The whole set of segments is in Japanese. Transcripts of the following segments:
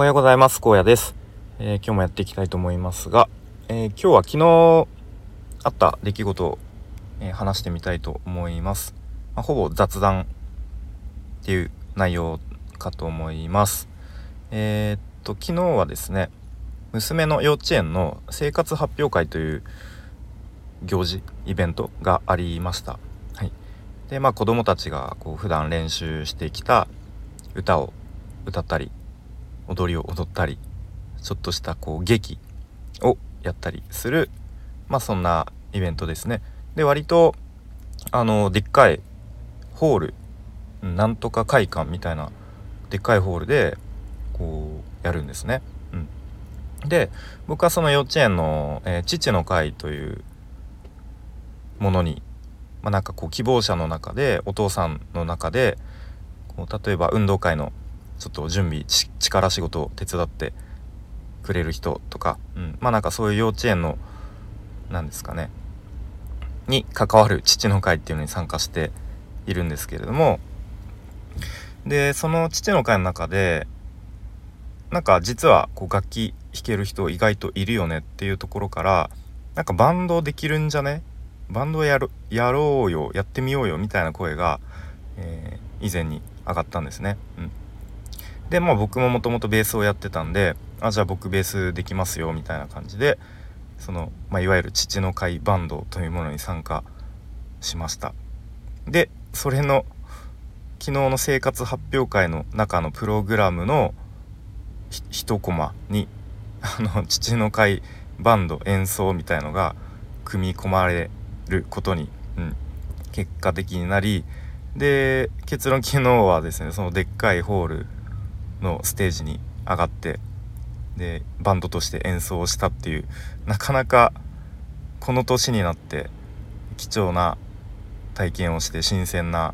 おはようございます。荒野です。今日もやっていきたいと思いますが、今日は昨日あった出来事を、話してみたいと思います。ほぼ雑談っていう内容かと思います。昨日はですね、娘の幼稚園の生活発表会というイベントがありました。はい。で、子供たちが普段練習してきた歌を歌ったり、踊りを踊ったり、ちょっとした劇をやったりする、そんなイベントですね。で、割とでっかいホール、なんとか会館みたいなでっかいホールでやるんですね。で、僕はその幼稚園の、父の会というものに、希望者の中でお父さんの中で例えば運動会のちょっと準備力仕事を手伝ってくれる人とか、そういう幼稚園のなんですかねに関わる父の会っていうのに参加しているんですけれども、でその父の会の中で実は楽器弾ける人意外といるよねっていうところから、バンドできるんじゃね、バンドやろうよ、やってみようよみたいな声が、以前に上がったんですね。で僕ももともとベースをやってたんで、じゃあ僕ベースできますよみたいな感じで、その、いわゆる父の会バンドというものに参加しました。でそれの昨日の生活発表会の中のプログラムの一コマに父の会バンド演奏みたいのが組み込まれることに、結果的になり、で結論昨日はですね、そのでっかいホールのステージに上がって、でバンドとして演奏をしたっていう、なかなかこの年になって貴重な体験をして新鮮な、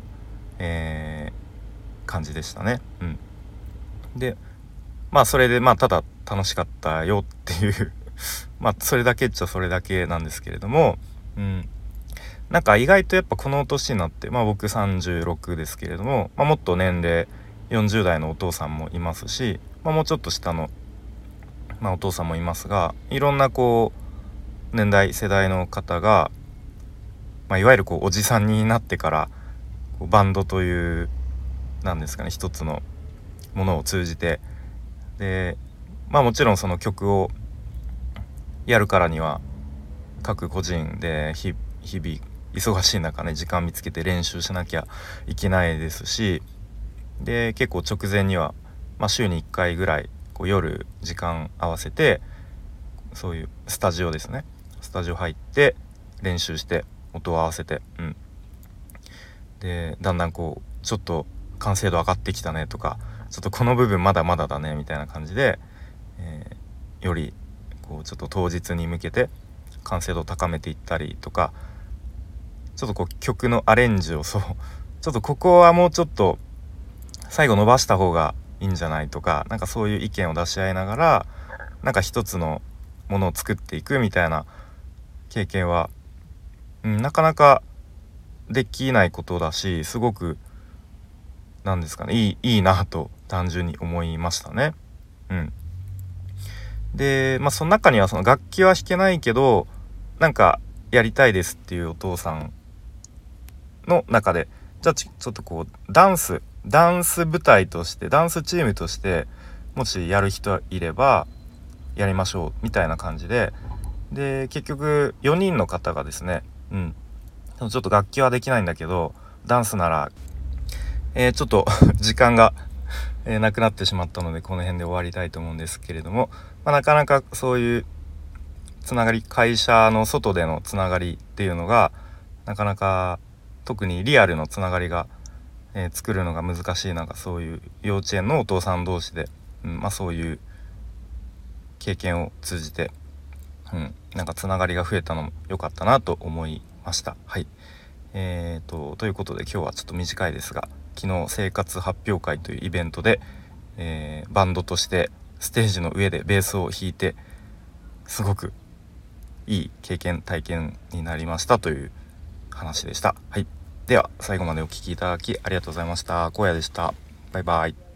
感じでしたね。でそれでただ楽しかったよっていうそれだけっちゃそれだけなんですけれども、意外とやっぱこの年になって、僕36ですけれども、もっと年齢40代のお父さんもいますし、もうちょっと下の、お父さんもいますが、いろんな年代世代の方が、いわゆるおじさんになってからバンドというなんですかね、一つのものを通じて、でもちろんその曲をやるからには各個人で日々忙しい中ね、時間見つけて練習しなきゃいけないですし、で結構直前には、週に1回ぐらい夜時間合わせてそういうスタジオですね、スタジオ入って練習して音を合わせて、でだんだんちょっと完成度上がってきたねとか、ちょっとこの部分まだまだだねみたいな感じで、よりちょっと当日に向けて完成度を高めていったりとか、ちょっと曲のアレンジをちょっとここはもうちょっと最後伸ばした方がいいんじゃないとか、そういう意見を出し合いながら一つのものを作っていくみたいな経験は、なかなかできないことだし、すごくなんですかね、いいなと単純に思いましたね。でその中にはその楽器は弾けないけどやりたいですっていうお父さんの中で、じゃあちょっとダンス部隊としてダンスチームとしてもしやる人いればやりましょうみたいな感じで、結局4人の方がですね、ちょっと楽器はできないんだけどダンスなら、ちょっと時間がなくなってしまったのでこの辺で終わりたいと思うんですけれども、なかなかそういうつながり、会社の外でのつながりっていうのがなかなか、特にリアルのつながりが、作るのが難しいそういう幼稚園のお父さん同士で、そういう経験を通じて、つながりが増えたのも良かったなと思いました。はい。ということで今日はちょっと短いですが、昨日生活発表会というイベントで、バンドとしてステージの上でベースを弾いて、すごくいい体験になりましたという話でした。はい。では最後までお聞きいただきありがとうございました。荒野でした。バイバイ。